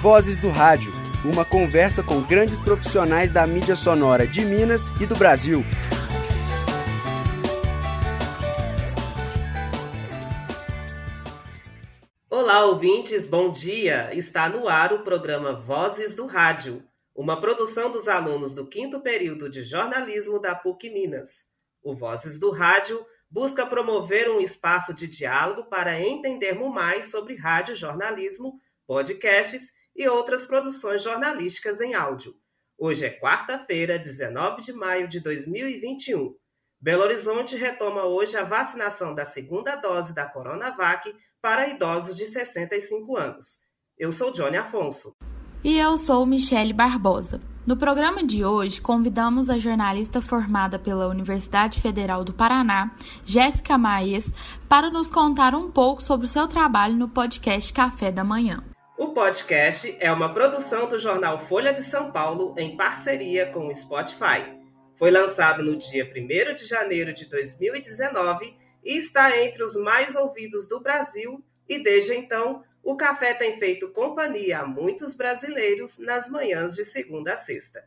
Vozes do Rádio, uma conversa com grandes profissionais da mídia sonora de Minas e do Brasil. Olá, ouvintes, bom dia! Está no ar o programa Vozes do Rádio, uma produção dos alunos do 5º período de jornalismo da PUC Minas. O Vozes do Rádio busca promover um espaço de diálogo para entendermos mais sobre radiojornalismo, podcasts e outras produções jornalísticas em áudio. Hoje é quarta-feira, 19 de maio de 2021. Belo Horizonte retoma hoje a vacinação da segunda dose da Coronavac para idosos de 65 anos. Eu sou Johnny Afonso. E eu sou Michele Barbosa. No programa de hoje, convidamos a jornalista formada pela Universidade Federal do Paraná, Jéssica Maes, para nos contar um pouco sobre o seu trabalho no podcast Café da Manhã. O podcast é uma produção do jornal Folha de São Paulo em parceria com o Spotify. Foi lançado no dia 1º de janeiro de 2019 e está entre os mais ouvidos do Brasil e, desde então, o café tem feito companhia a muitos brasileiros nas manhãs de segunda a sexta.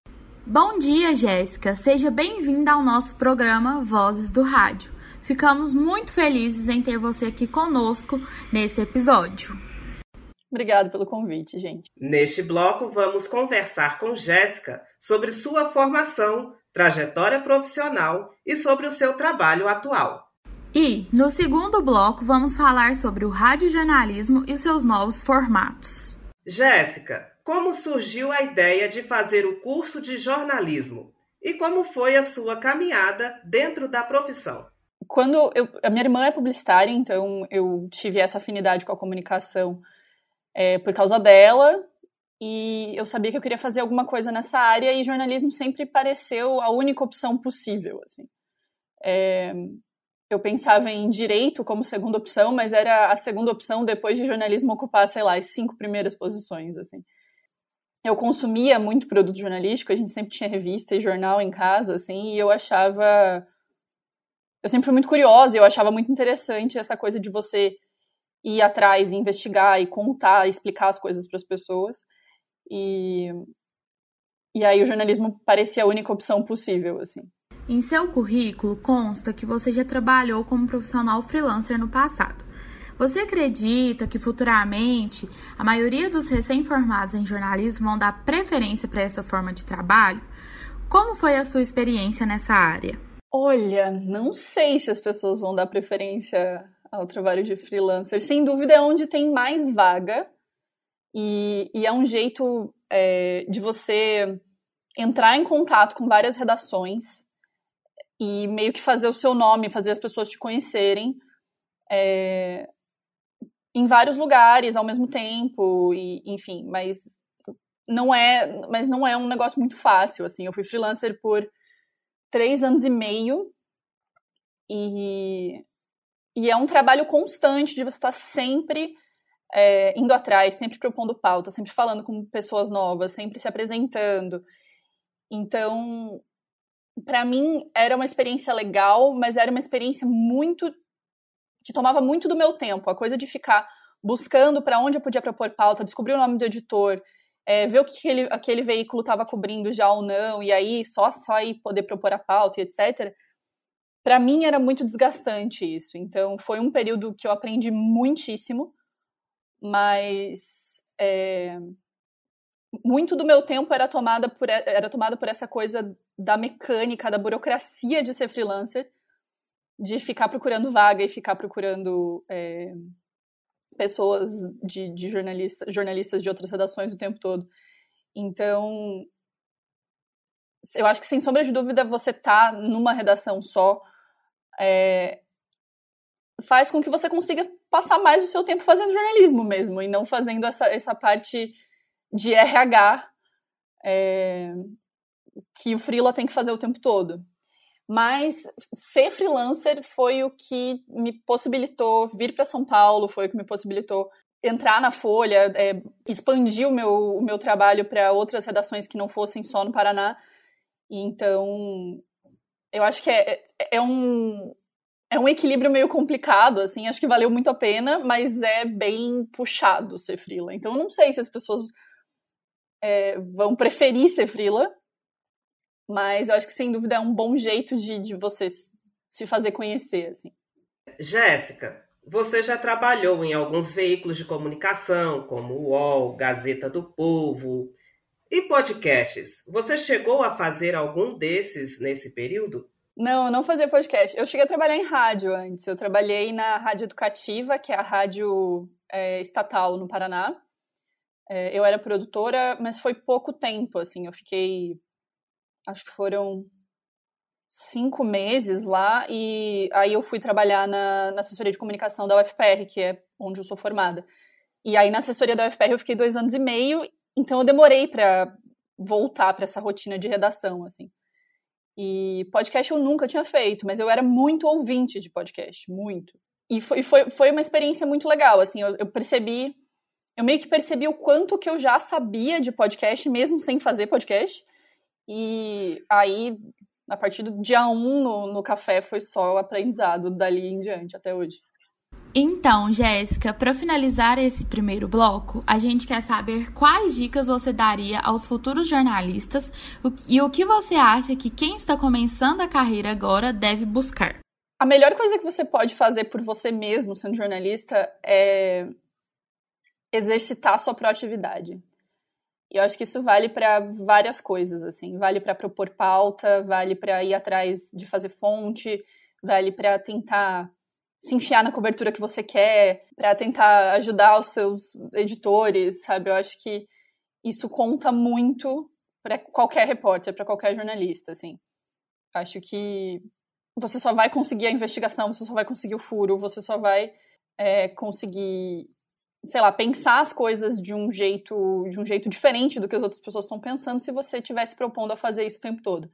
Bom dia, Jéssica! Seja bem-vinda ao nosso programa Vozes do Rádio. Ficamos muito felizes em ter você aqui conosco nesse episódio. Obrigada pelo convite, gente. Neste bloco, vamos conversar com Jéssica sobre sua formação, trajetória profissional e sobre o seu trabalho atual. E, no segundo bloco, vamos falar sobre o radiojornalismo e seus novos formatos. Jéssica, como surgiu a ideia de fazer o curso de jornalismo? E como foi a sua caminhada dentro da profissão? A minha irmã é publicitária, então eu tive essa afinidade com a comunicação por causa dela, e eu sabia que eu queria fazer alguma coisa nessa área, e jornalismo sempre pareceu a única opção possível, assim. Eu pensava em direito como segunda opção, mas era a segunda opção depois de jornalismo ocupar, sei lá, as 5 primeiras posições, assim. Eu consumia muito produto jornalístico, a gente sempre tinha revista e jornal em casa, assim, e eu sempre fui muito curiosa, eu achava muito interessante essa coisa de você ir atrás, investigar e contar, explicar as coisas para as pessoas. E aí o jornalismo parecia a única opção possível, assim. Em seu currículo consta que você já trabalhou como profissional freelancer no passado. Você acredita que futuramente a maioria dos recém-formados em jornalismo vão dar preferência para essa forma de trabalho? Como foi a sua experiência nessa área? Olha, não sei se as pessoas vão dar preferência ao trabalho de freelancer. Sem dúvida é onde tem mais vaga e é um jeito de você entrar em contato com várias redações e meio que fazer o seu nome, fazer as pessoas te conhecerem em vários lugares ao mesmo tempo, e, enfim, mas não é um negócio muito fácil, assim. Eu fui freelancer por 3 anos e meio e é um trabalho constante de você estar sempre indo atrás, sempre propondo pauta, sempre falando com pessoas novas, sempre se apresentando. Então, para mim, era uma experiência legal, mas era uma experiência que tomava muito do meu tempo. A coisa de ficar buscando para onde eu podia propor pauta, descobrir o nome do editor, ver o que aquele veículo estava cobrindo já ou não, e aí só aí poder propor a pauta e etc. Para mim, era muito desgastante isso. Então, foi um período que eu aprendi muitíssimo, mas muito do meu tempo era tomada por essa coisa da mecânica, da burocracia de ser freelancer, de ficar procurando vaga e ficar procurando pessoas de jornalistas de outras redações o tempo todo. Então, eu acho que, sem sombra de dúvida, você tá numa redação só faz com que você consiga passar mais o seu tempo fazendo jornalismo mesmo, e não fazendo essa parte de RH que o freela tem que fazer o tempo todo. Mas ser freelancer foi o que me possibilitou vir para São Paulo, foi o que me possibilitou entrar na Folha, expandir o meu trabalho para outras redações que não fossem só no Paraná. E então, eu acho que é é um equilíbrio meio complicado, assim, acho que valeu muito a pena, mas é bem puxado ser freela. Então eu não sei se as pessoas vão preferir ser freela, mas eu acho que sem dúvida é um bom jeito de você se fazer conhecer, assim. Jéssica, você já trabalhou em alguns veículos de comunicação, como o UOL, Gazeta do Povo e podcasts. Você chegou a fazer algum desses nesse período? Não, eu não fazia podcast. Eu cheguei a trabalhar em rádio antes. Eu trabalhei na Rádio Educativa, que é a rádio estatal no Paraná. Eu era produtora, mas foi pouco tempo, assim. Eu fiquei, acho que foram 5 meses lá, e aí eu fui trabalhar na assessoria de comunicação da UFPR, que é onde eu sou formada. E aí na assessoria da UFPR eu fiquei 2 anos e meio, então eu demorei para voltar para essa rotina de redação, assim. E podcast eu nunca tinha feito, mas eu era muito ouvinte de podcast, muito. E foi uma experiência muito legal, assim, eu meio que percebi o quanto que eu já sabia de podcast, mesmo sem fazer podcast. E aí, a partir do dia 1 no café, foi só o aprendizado dali em diante, até hoje. Então, Jéssica, para finalizar esse primeiro bloco, a gente quer saber quais dicas você daria aos futuros jornalistas e o que você acha que quem está começando a carreira agora deve buscar. A melhor coisa que você pode fazer por você mesmo, sendo jornalista, é exercitar a sua proatividade. E eu acho que isso vale para várias coisas, assim. Vale para propor pauta, vale para ir atrás de fazer fonte, vale para tentar se enfiar na cobertura que você quer, para tentar ajudar os seus editores, sabe? Eu acho que isso conta muito para qualquer repórter, para qualquer jornalista, assim. Acho que você só vai conseguir a investigação, você só vai conseguir o furo, você só vai conseguir, sei lá, pensar as coisas de um jeito diferente do que as outras pessoas estão pensando se você estiver se propondo a fazer isso o tempo todo.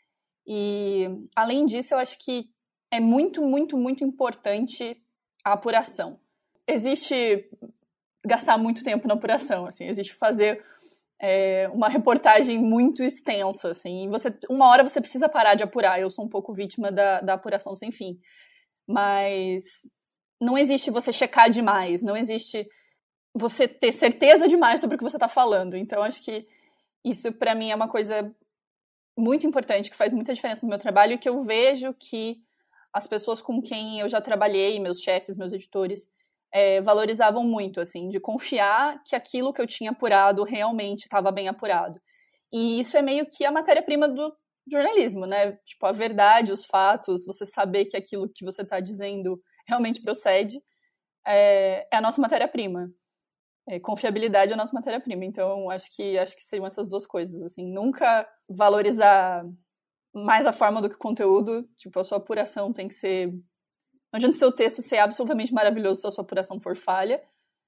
E, além disso, eu acho que é muito, muito, muito importante a apuração. Existe gastar muito tempo na apuração, assim, existe fazer uma reportagem muito extensa, assim, e uma hora você precisa parar de apurar. Eu sou um pouco vítima da apuração sem fim. Mas não existe você checar demais, não existe você ter certeza demais sobre o que você está falando. Então, acho que isso, para mim, é uma coisa muito importante, que faz muita diferença no meu trabalho e que eu vejo que as pessoas com quem eu já trabalhei, meus chefes, meus editores, valorizavam muito, assim, de confiar que aquilo que eu tinha apurado realmente estava bem apurado. E isso é meio que a matéria-prima do jornalismo, né? Tipo, a verdade, os fatos, você saber que aquilo que você está dizendo realmente procede, é a nossa matéria-prima. Confiabilidade é a nossa matéria-prima. Então, acho que seriam essas duas coisas, assim. Nunca valorizar mais a forma do que o conteúdo. Tipo, a sua apuração tem que ser... Não adianta seu texto ser absolutamente maravilhoso se a sua apuração for falha.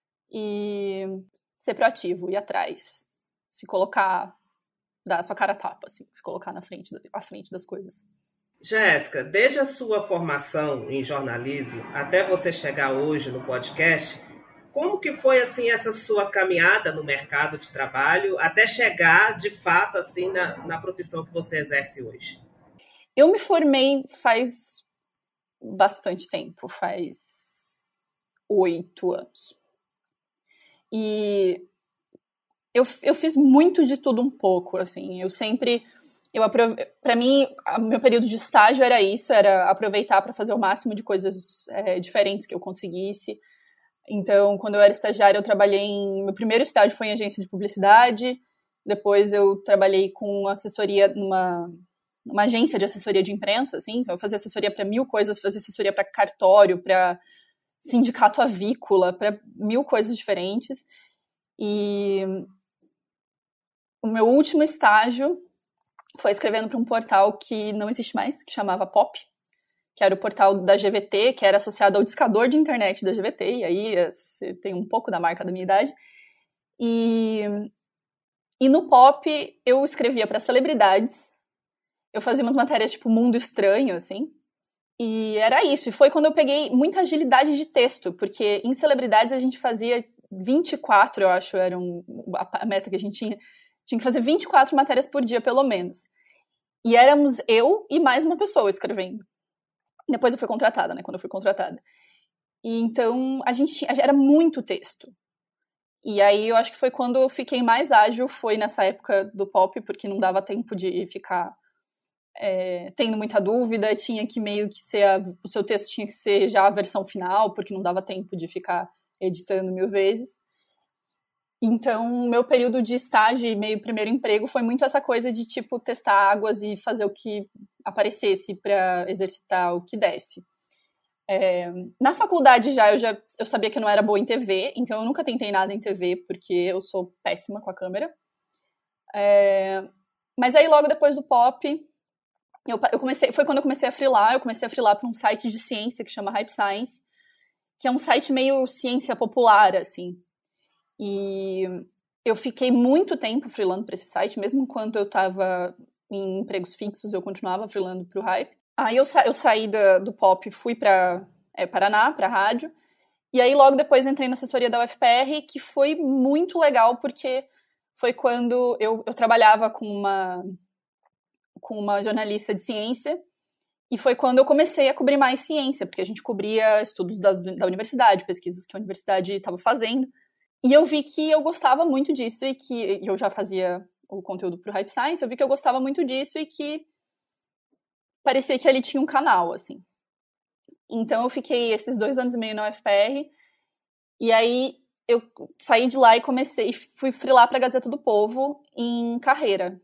E ser proativo, ir atrás. Se colocar... Dar a sua cara a tapa, assim. Se colocar à frente das coisas. Jéssica, desde a sua formação em jornalismo até você chegar hoje no podcast, como que foi, assim, essa sua caminhada no mercado de trabalho até chegar, de fato, assim, na profissão que você exerce hoje? Eu me formei faz bastante tempo, faz 8 anos. E eu fiz muito de tudo um pouco, assim. Para mim, meu período de estágio era isso, era aproveitar para fazer o máximo de coisas diferentes que eu conseguisse. Então, quando eu era estagiária, meu primeiro estágio foi em agência de publicidade, depois eu trabalhei com assessoria numa agência de assessoria de imprensa, assim, então eu fazia assessoria para 1000 coisas, fazia assessoria para cartório, para sindicato avícola, para 1000 coisas diferentes. E o meu último estágio foi escrevendo para um portal que não existe mais, que chamava Pop, que era o portal da GVT, que era associado ao discador de internet da GVT, e aí você tem um pouco da marca da minha idade. E no Pop eu escrevia para celebridades, eu fazia umas matérias tipo Mundo Estranho, assim, e era isso. E foi quando eu peguei muita agilidade de texto, porque em celebridades a gente fazia 24, eu acho, era a meta que a gente tinha que fazer 24 matérias por dia, pelo menos. E éramos eu e mais uma pessoa escrevendo. Depois eu fui contratada, né? Quando eu fui contratada. E então, era muito texto. E aí, eu acho que foi quando eu fiquei mais ágil, foi nessa época do pop, porque não dava tempo de ficar tendo muita dúvida, tinha que meio que ser, o seu texto tinha que ser já a versão final, porque não dava tempo de ficar editando 1000 vezes. Então, meu período de estágio e meio primeiro emprego foi muito essa coisa de, tipo, testar águas e fazer o que aparecesse para exercitar o que desse. Na faculdade eu sabia que eu não era boa em TV, então eu nunca tentei nada em TV, porque eu sou péssima com a câmera. Mas aí, logo depois do pop, foi quando eu comecei a freelar. Eu comecei a freelar para um site de ciência que chama Hype Science, que é um site meio ciência popular, assim. E eu fiquei muito tempo freelando para esse site, mesmo quando eu estava em empregos fixos, eu continuava freelando para o Hype. Aí eu saí do pop, fui para Paraná, para rádio, e aí logo depois entrei na assessoria da UFPR, que foi muito legal, porque foi quando eu trabalhava com uma jornalista de ciência, e foi quando eu comecei a cobrir mais ciência, porque a gente cobria estudos da universidade, pesquisas que a universidade estava fazendo. E eu vi que eu gostava muito disso, e que eu já fazia o conteúdo pro Hype Science, eu vi que eu gostava muito disso e que parecia que ali tinha um canal, assim. Então eu fiquei esses 2 anos e meio na UFPR, e aí eu saí de lá e fui freelar pra Gazeta do Povo em Carreira.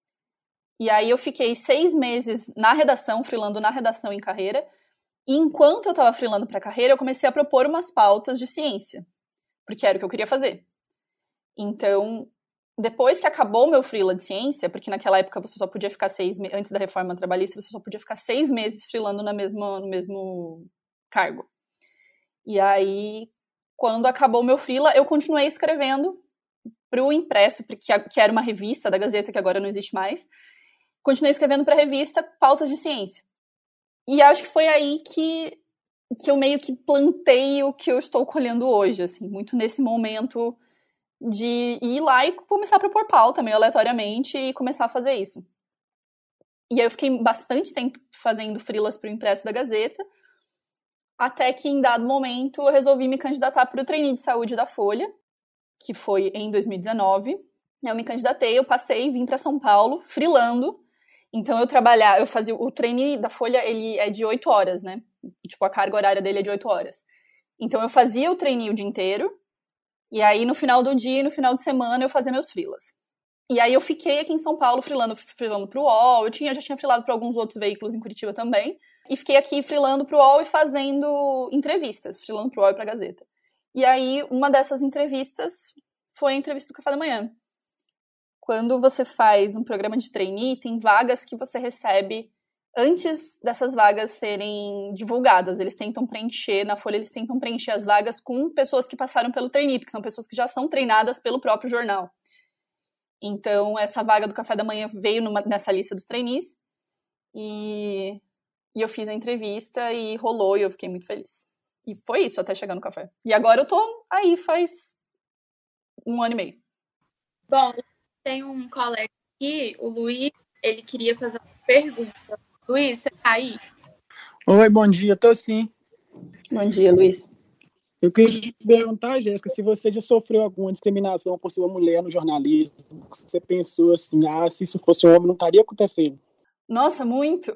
E aí eu fiquei 6 meses na redação, freelando na redação em Carreira, e enquanto eu tava freelando pra Carreira, eu comecei a propor umas pautas de ciência, porque era o que eu queria fazer. Então, depois que acabou o meu freela de ciência, porque naquela época você só podia ficar 6 meses, antes da reforma trabalhista, você só podia ficar 6 meses freelando no mesmo cargo. E aí, quando acabou o meu freela, eu continuei escrevendo pro Impresso, que era uma revista da Gazeta, que agora não existe mais. Continuei escrevendo pra revista pautas de ciência. E acho que foi aí que eu meio que plantei o que eu estou colhendo hoje, assim, muito nesse momento de ir lá e começar a propor pauta meio aleatoriamente e começar a fazer isso. E aí eu fiquei bastante tempo fazendo freelas pro Impresso da Gazeta, até que em dado momento eu resolvi me candidatar para o trainee de saúde da Folha, que foi em 2019. Eu me candidatei, eu passei, vim para São Paulo, freelando. Então eu fazia o trainee da Folha, ele é de 8 horas, né? Tipo, a carga horária dele é de 8 horas. Então eu fazia o trainee o dia inteiro, e aí no final do dia e no final de semana eu fazia meus freelas. E aí eu fiquei aqui em São Paulo freelando pro UOL, eu já tinha freelado para alguns outros veículos em Curitiba também, e fiquei aqui freelando pro UOL e fazendo entrevistas, freelando pro UOL e pra Gazeta. E aí uma dessas entrevistas foi a entrevista do Café da Manhã. Quando você faz um programa de trainee, tem vagas que você recebe antes dessas vagas serem divulgadas. Eles tentam preencher, na Folha eles tentam preencher as vagas com pessoas que passaram pelo trainee, porque são pessoas que já são treinadas pelo próprio jornal. Então, essa vaga do Café da Manhã veio nessa lista dos trainees, e eu fiz a entrevista e rolou, e eu fiquei muito feliz. E foi isso, até chegar no café. E agora eu tô aí faz 1 ano e meio. Bom, tem um colega aqui, o Luiz, ele queria fazer uma pergunta. Luiz, você tá aí? Oi, bom dia, tô sim. Bom dia, Luiz. Eu queria te perguntar, Jéssica, se você já sofreu alguma discriminação por ser uma mulher no jornalismo. Você pensou assim, se isso fosse um homem não estaria acontecendo? Nossa, muito.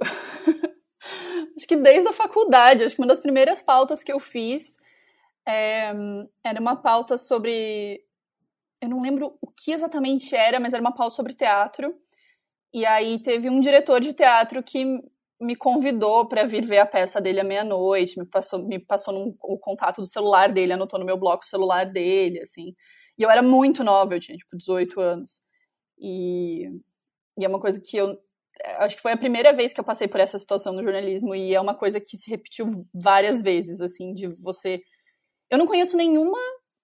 Acho que desde a faculdade, acho que uma das primeiras pautas que eu fiz era uma pauta sobre... Eu não lembro o que exatamente era, mas era uma pauta sobre teatro. E aí teve um diretor de teatro que me convidou para vir ver a peça dele à meia-noite, me passou o contato do celular dele, anotou no meu bloco o celular dele, assim. E eu era muito nova, eu tinha, 18 anos. E é uma coisa que eu... Acho que foi a primeira vez que eu passei por essa situação no jornalismo, e é uma coisa que se repetiu várias vezes, assim, de você... Eu não conheço nenhuma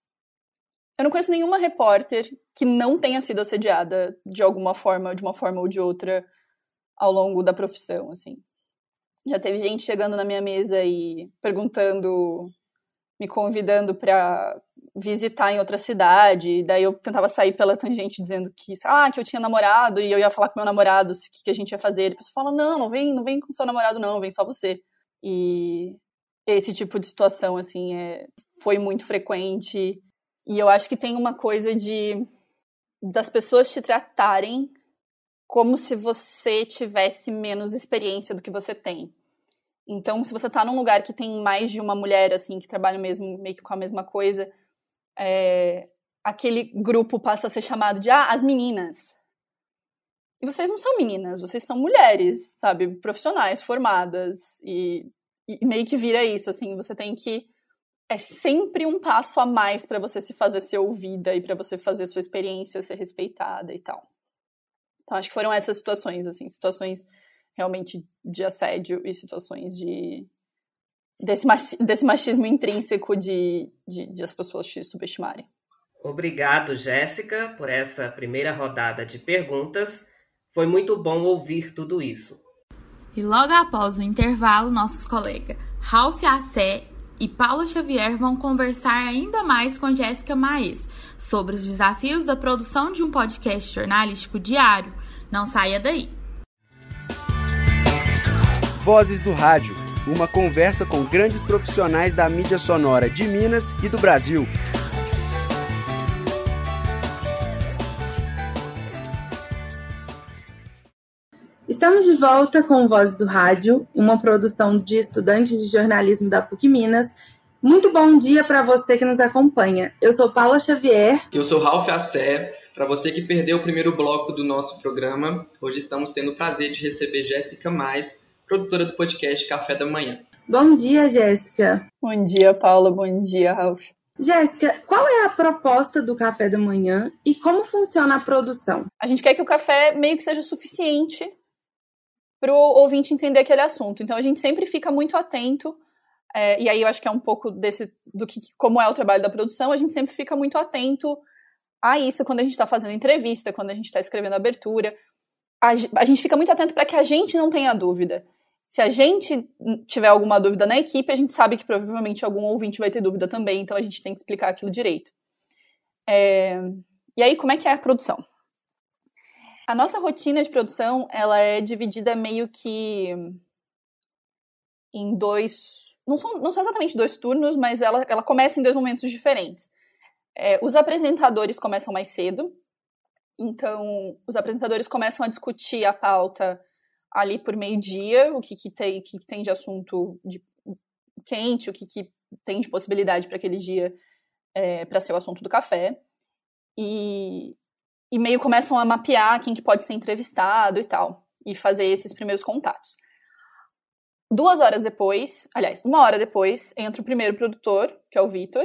repórter que não tenha sido assediada de uma forma ou de outra ao longo da profissão, assim. Já teve gente chegando na minha mesa e me convidando para visitar em outra cidade, e daí eu tentava sair pela tangente dizendo que eu tinha namorado, e eu ia falar com meu namorado o que a gente ia fazer. A pessoa fala, não vem com seu namorado não, vem só você. E esse tipo de situação, assim, foi muito frequente. E eu acho que tem uma coisa das pessoas te tratarem como se você tivesse menos experiência do que você tem. Então, se você tá num lugar que tem mais de uma mulher, assim, que trabalha meio que com a mesma coisa, aquele grupo passa a ser chamado de as meninas. E vocês não são meninas, vocês são mulheres, sabe? Profissionais, formadas. E meio que vira isso, assim, você tem que... É sempre um passo a mais para você se fazer ser ouvida e para você fazer sua experiência ser respeitada e tal. Então, acho que foram essas situações, assim, situações realmente de assédio e situações desse machismo intrínseco de as pessoas te subestimarem. Obrigado, Jéssica, por essa primeira rodada de perguntas. Foi muito bom ouvir tudo isso. E logo após o intervalo, nossos colegas Ralph Assé e Paula Xavier vão conversar ainda mais com Jéssica Maes sobre os desafios da produção de um podcast jornalístico diário. Não saia daí! Vozes do Rádio, uma conversa com grandes profissionais da mídia sonora de Minas e do Brasil. Estamos de volta com Vozes do Rádio, uma produção de estudantes de jornalismo da PUC Minas. Muito bom dia para você que nos acompanha. Eu sou Paula Xavier. Eu sou Ralph Assé. Para você que perdeu o primeiro bloco do nosso programa, hoje estamos tendo o prazer de receber Jéssica Maes, produtora do podcast Café da Manhã. Bom dia, Jéssica. Bom dia, Paula. Bom dia, Ralph. Jéssica, qual é a proposta do Café da Manhã e como funciona a produção? A gente quer que o café meio que seja suficiente para o ouvinte entender aquele assunto. Então, a gente sempre fica muito atento, e aí eu acho que é um pouco como é o trabalho da produção, a gente sempre fica muito atento a isso quando a gente está fazendo entrevista, quando a gente está escrevendo abertura. A gente fica muito atento para que a gente não tenha dúvida. Se a gente tiver alguma dúvida na equipe, a gente sabe que provavelmente algum ouvinte vai ter dúvida também, então a gente tem que explicar aquilo direito. E aí, como é que é a produção? A nossa rotina de produção, ela é dividida meio que em dois... Não são exatamente 2 turnos, mas ela começa em 2 momentos diferentes. Os apresentadores começam mais cedo. Então, os apresentadores começam a discutir a pauta ali por meio-dia, o que tem de assunto quente, o que tem de possibilidade para aquele dia para ser o assunto do café. E meio começam a mapear quem que pode ser entrevistado e tal, e fazer esses primeiros contatos. 2 horas depois, aliás, 1 hora depois, entra o primeiro produtor, que é o Vitor.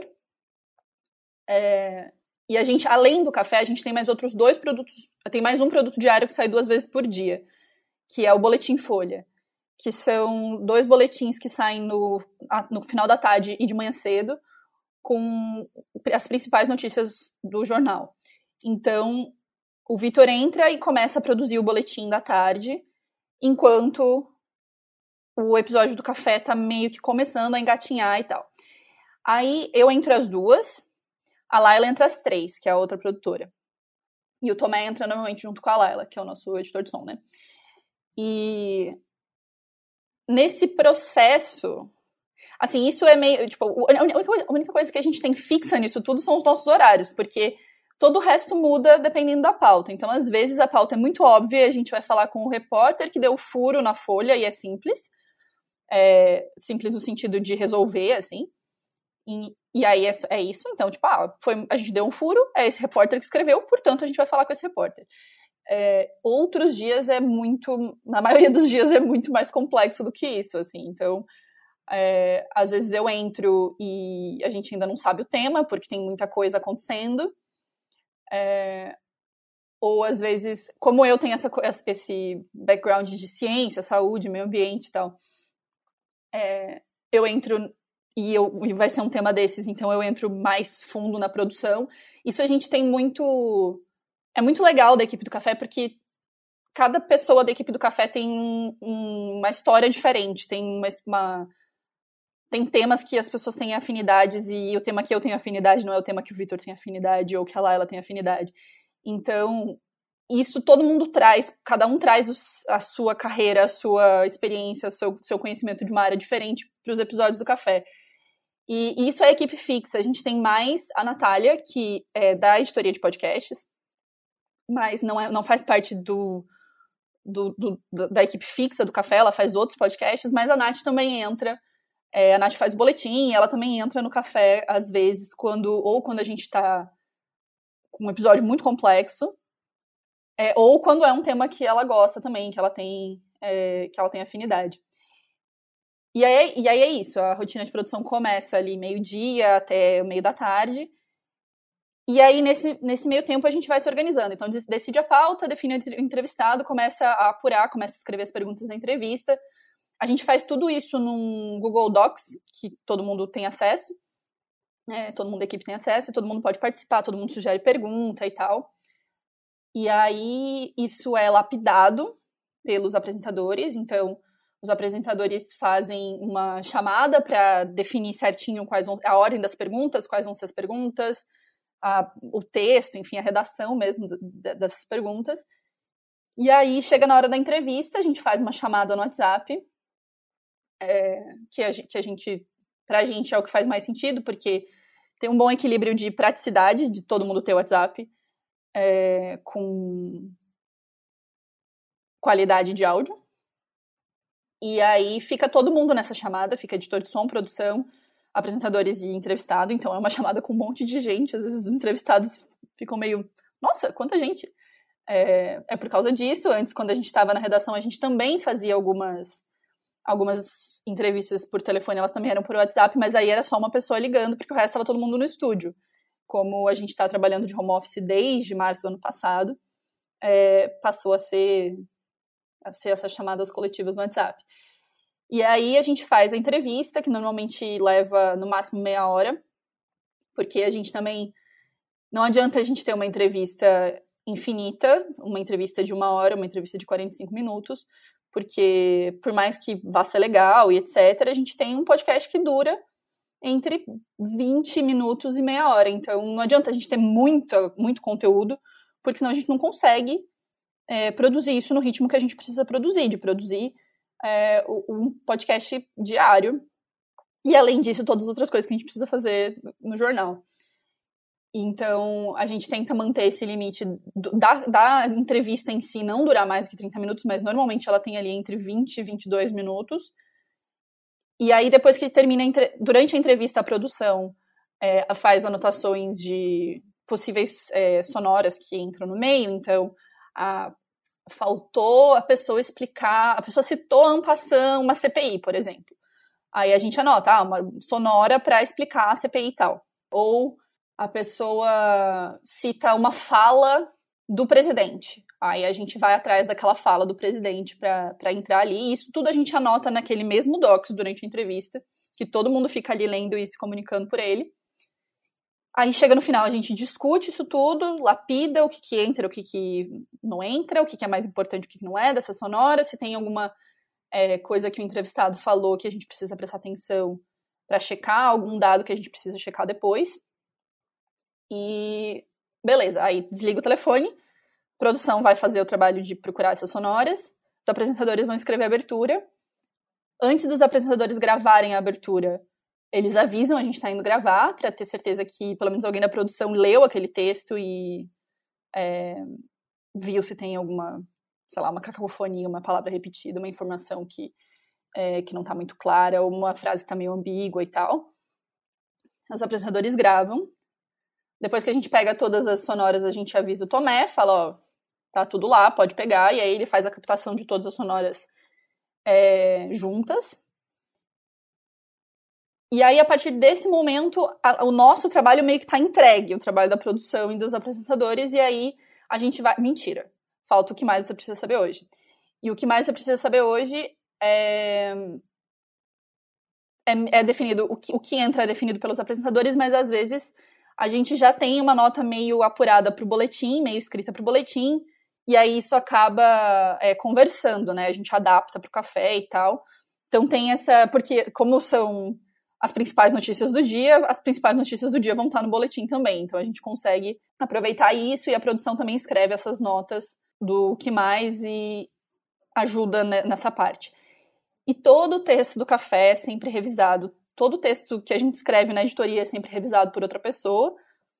E a gente, além do café, a gente tem mais outros 2 produtos, tem mais um produto diário que sai 2 vezes por dia, que é o Boletim Folha, que são 2 boletins que saem no final da tarde e de manhã cedo, com as principais notícias do jornal. Então, o Vitor entra e começa a produzir o boletim da tarde, enquanto o episódio do café tá meio que começando a engatinhar e tal. Aí, eu entro às 2, a Laila entra às 3, que é a outra produtora. E o Tomé entra normalmente junto com a Laila, que é o nosso editor de som, né? E nesse processo... Assim, isso é meio... Tipo, a única coisa que a gente tem fixa nisso tudo são os nossos horários, porque todo o resto muda dependendo da pauta. Então, às vezes, a pauta é muito óbvia e a gente vai falar com o repórter que deu furo na folha e é simples. Simples no sentido de resolver, assim. E aí é isso. Então, tipo, a gente deu um furo, é esse repórter que escreveu, portanto, a gente vai falar com esse repórter. Outros dias na maioria dos dias é muito mais complexo do que isso, assim. Então, às vezes eu entro e a gente ainda não sabe o tema, porque tem muita coisa acontecendo. Ou às vezes, como eu tenho esse background de ciência, saúde, meio ambiente e tal, eu entro e vai ser um tema desses, então eu entro mais fundo na produção. Isso a gente tem muito... É muito legal da equipe do café, porque cada pessoa da equipe do café tem uma história diferente, tem tem temas que as pessoas têm afinidades, e o tema que eu tenho afinidade não é o tema que o Vitor tem afinidade, ou que a Laila tem afinidade. Então, isso todo mundo traz, cada um traz a sua carreira, a sua experiência, o seu conhecimento de uma área diferente para os episódios do Café. E isso é a equipe fixa. A gente tem mais a Natália, que é da editoria de podcasts, mas não faz parte da equipe fixa do Café, ela faz outros podcasts, mas a Nath também entra. A Nath faz o boletim, ela também entra no Café, às vezes, quando a gente está com um episódio muito complexo, ou quando é um tema que ela gosta também, que ela tem afinidade. E aí é isso, a rotina de produção começa ali meio-dia até o meio da tarde, e aí nesse meio tempo a gente vai se organizando. Então decide a pauta, define o entrevistado, começa a apurar, começa a escrever as perguntas da entrevista. A gente faz tudo isso num Google Docs, que todo mundo tem acesso, todo mundo da equipe tem acesso, todo mundo pode participar, todo mundo sugere pergunta e tal. E aí isso é lapidado pelos apresentadores, então os apresentadores fazem uma chamada para definir certinho a ordem das perguntas, quais vão ser as perguntas, o texto, enfim, a redação mesmo dessas perguntas. E aí chega na hora da entrevista, a gente faz uma chamada no WhatsApp, que pra gente é o que faz mais sentido, porque tem um bom equilíbrio de praticidade de todo mundo ter WhatsApp, com qualidade de áudio. E aí fica todo mundo nessa chamada, fica editor de som, produção, apresentadores e entrevistado. Então é uma chamada com um monte de gente. Às vezes os entrevistados ficam meio, nossa, quanta gente. É por causa disso. Antes, quando a gente estava na redação, a gente também fazia algumas entrevistas por telefone, elas também eram por WhatsApp, mas aí era só uma pessoa ligando, porque o resto estava todo mundo no estúdio. Como a gente está trabalhando de home office desde março do ano passado, passou a ser essas chamadas coletivas no WhatsApp. E aí a gente faz a entrevista, que normalmente leva no máximo meia hora, porque a gente também... Não adianta a gente ter uma entrevista infinita, uma entrevista de 1 hora, uma entrevista de 45 minutos, porque por mais que vá ser legal e etc., a gente tem um podcast que dura entre 20 minutos e meia hora. Então, não adianta a gente ter muito conteúdo, porque senão a gente não consegue produzir isso no ritmo que a gente precisa produzir, de produzir um podcast diário. E, além disso, todas as outras coisas que a gente precisa fazer no jornal. Então, a gente tenta manter esse limite da entrevista em si não durar mais do que 30 minutos, mas normalmente ela tem ali entre 20 e 22 minutos. E aí, depois que termina, durante a entrevista, a produção faz anotações de possíveis sonoras que entram no meio. Então, faltou a pessoa explicar, a pessoa citou en passant uma CPI, por exemplo. Aí a gente anota, uma sonora para explicar a CPI e tal. Ou a pessoa cita uma fala do presidente. Aí a gente vai atrás daquela fala do presidente para entrar ali. E isso tudo a gente anota naquele mesmo docs durante a entrevista, que todo mundo fica ali lendo e se comunicando por ele. Aí chega no final, a gente discute isso tudo, lapida o que entra, o que não entra, o que é mais importante, o que não é dessa sonora, se tem alguma coisa que o entrevistado falou que a gente precisa prestar atenção para checar, algum dado que a gente precisa checar depois. E beleza, aí desliga o telefone, a produção vai fazer o trabalho de procurar essas sonoras, os apresentadores vão escrever a abertura. Antes dos apresentadores gravarem a abertura, eles avisam, a gente tá indo gravar, para ter certeza que pelo menos alguém da produção leu aquele texto e viu se tem alguma, sei lá, uma cacofonia, uma palavra repetida, uma informação que não tá muito clara, ou uma frase que tá meio ambígua e tal. Os apresentadores gravam. Depois que a gente pega todas as sonoras, a gente avisa o Tomé, fala, ó, tá tudo lá, pode pegar, e aí ele faz a captação de todas as sonoras juntas. E aí, a partir desse momento, o nosso trabalho meio que tá entregue, o trabalho da produção e dos apresentadores, e aí a gente vai... Mentira, falta o que mais você precisa saber hoje. E o que mais você precisa saber hoje é definido, o que entra é definido pelos apresentadores, mas às vezes a gente já tem uma nota meio apurada pro boletim, meio escrita pro boletim, e aí isso acaba conversando, né? A gente adapta pro café e tal. Então tem essa... Porque como são as principais notícias do dia. As principais notícias do dia vão estar no boletim também. Então, a gente consegue aproveitar isso e a produção também escreve essas notas do que mais e ajuda nessa parte. E todo o texto do café é sempre revisado. Todo o texto que a gente escreve na editoria é sempre revisado por outra pessoa.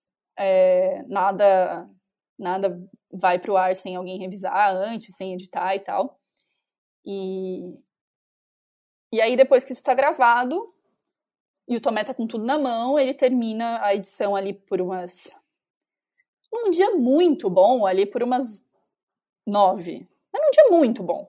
Nada vai para o ar sem alguém revisar antes, sem editar e tal. E aí, depois que isso está gravado, e o Tomé tá com tudo na mão, ele termina a edição ali por num dia muito bom, ali por umas 9. Mas num dia muito bom.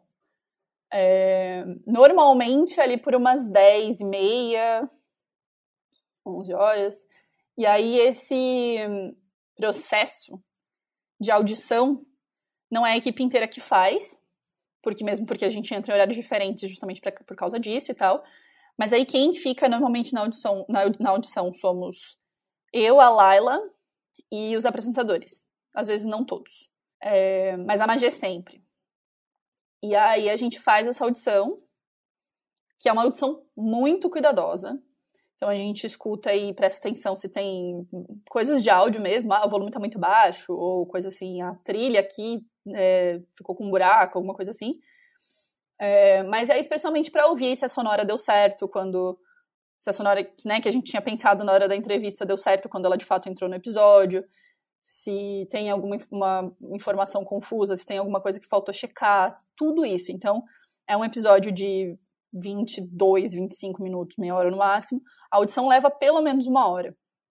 Normalmente ali por umas 10h30, 11 horas. E aí esse processo de audição não é a equipe inteira que faz, porque a gente entra em horários diferentes justamente por causa disso e tal. Mas aí quem fica normalmente na audição somos eu, a Laila e os apresentadores. Às vezes não todos. Mas a Magê sempre. E aí a gente faz essa audição, que é uma audição muito cuidadosa. Então a gente escuta e presta atenção se tem coisas de áudio mesmo, o volume tá muito baixo, ou coisa assim, a trilha aqui ficou com um buraco, alguma coisa assim. Mas é especialmente para ouvir se a sonora deu certo, se a sonora, né, que a gente tinha pensado na hora da entrevista deu certo quando ela de fato entrou no episódio, se tem alguma informação confusa, se tem alguma coisa que faltou checar, tudo isso. Então, é um episódio de 22, 25 minutos, meia hora no máximo. A audição leva pelo menos 1 hora.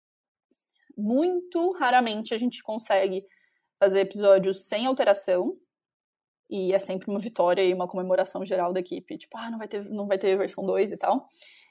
Muito raramente a gente consegue fazer episódios sem alteração, e é sempre uma vitória e uma comemoração geral da equipe. Tipo, não vai ter versão 2 e tal.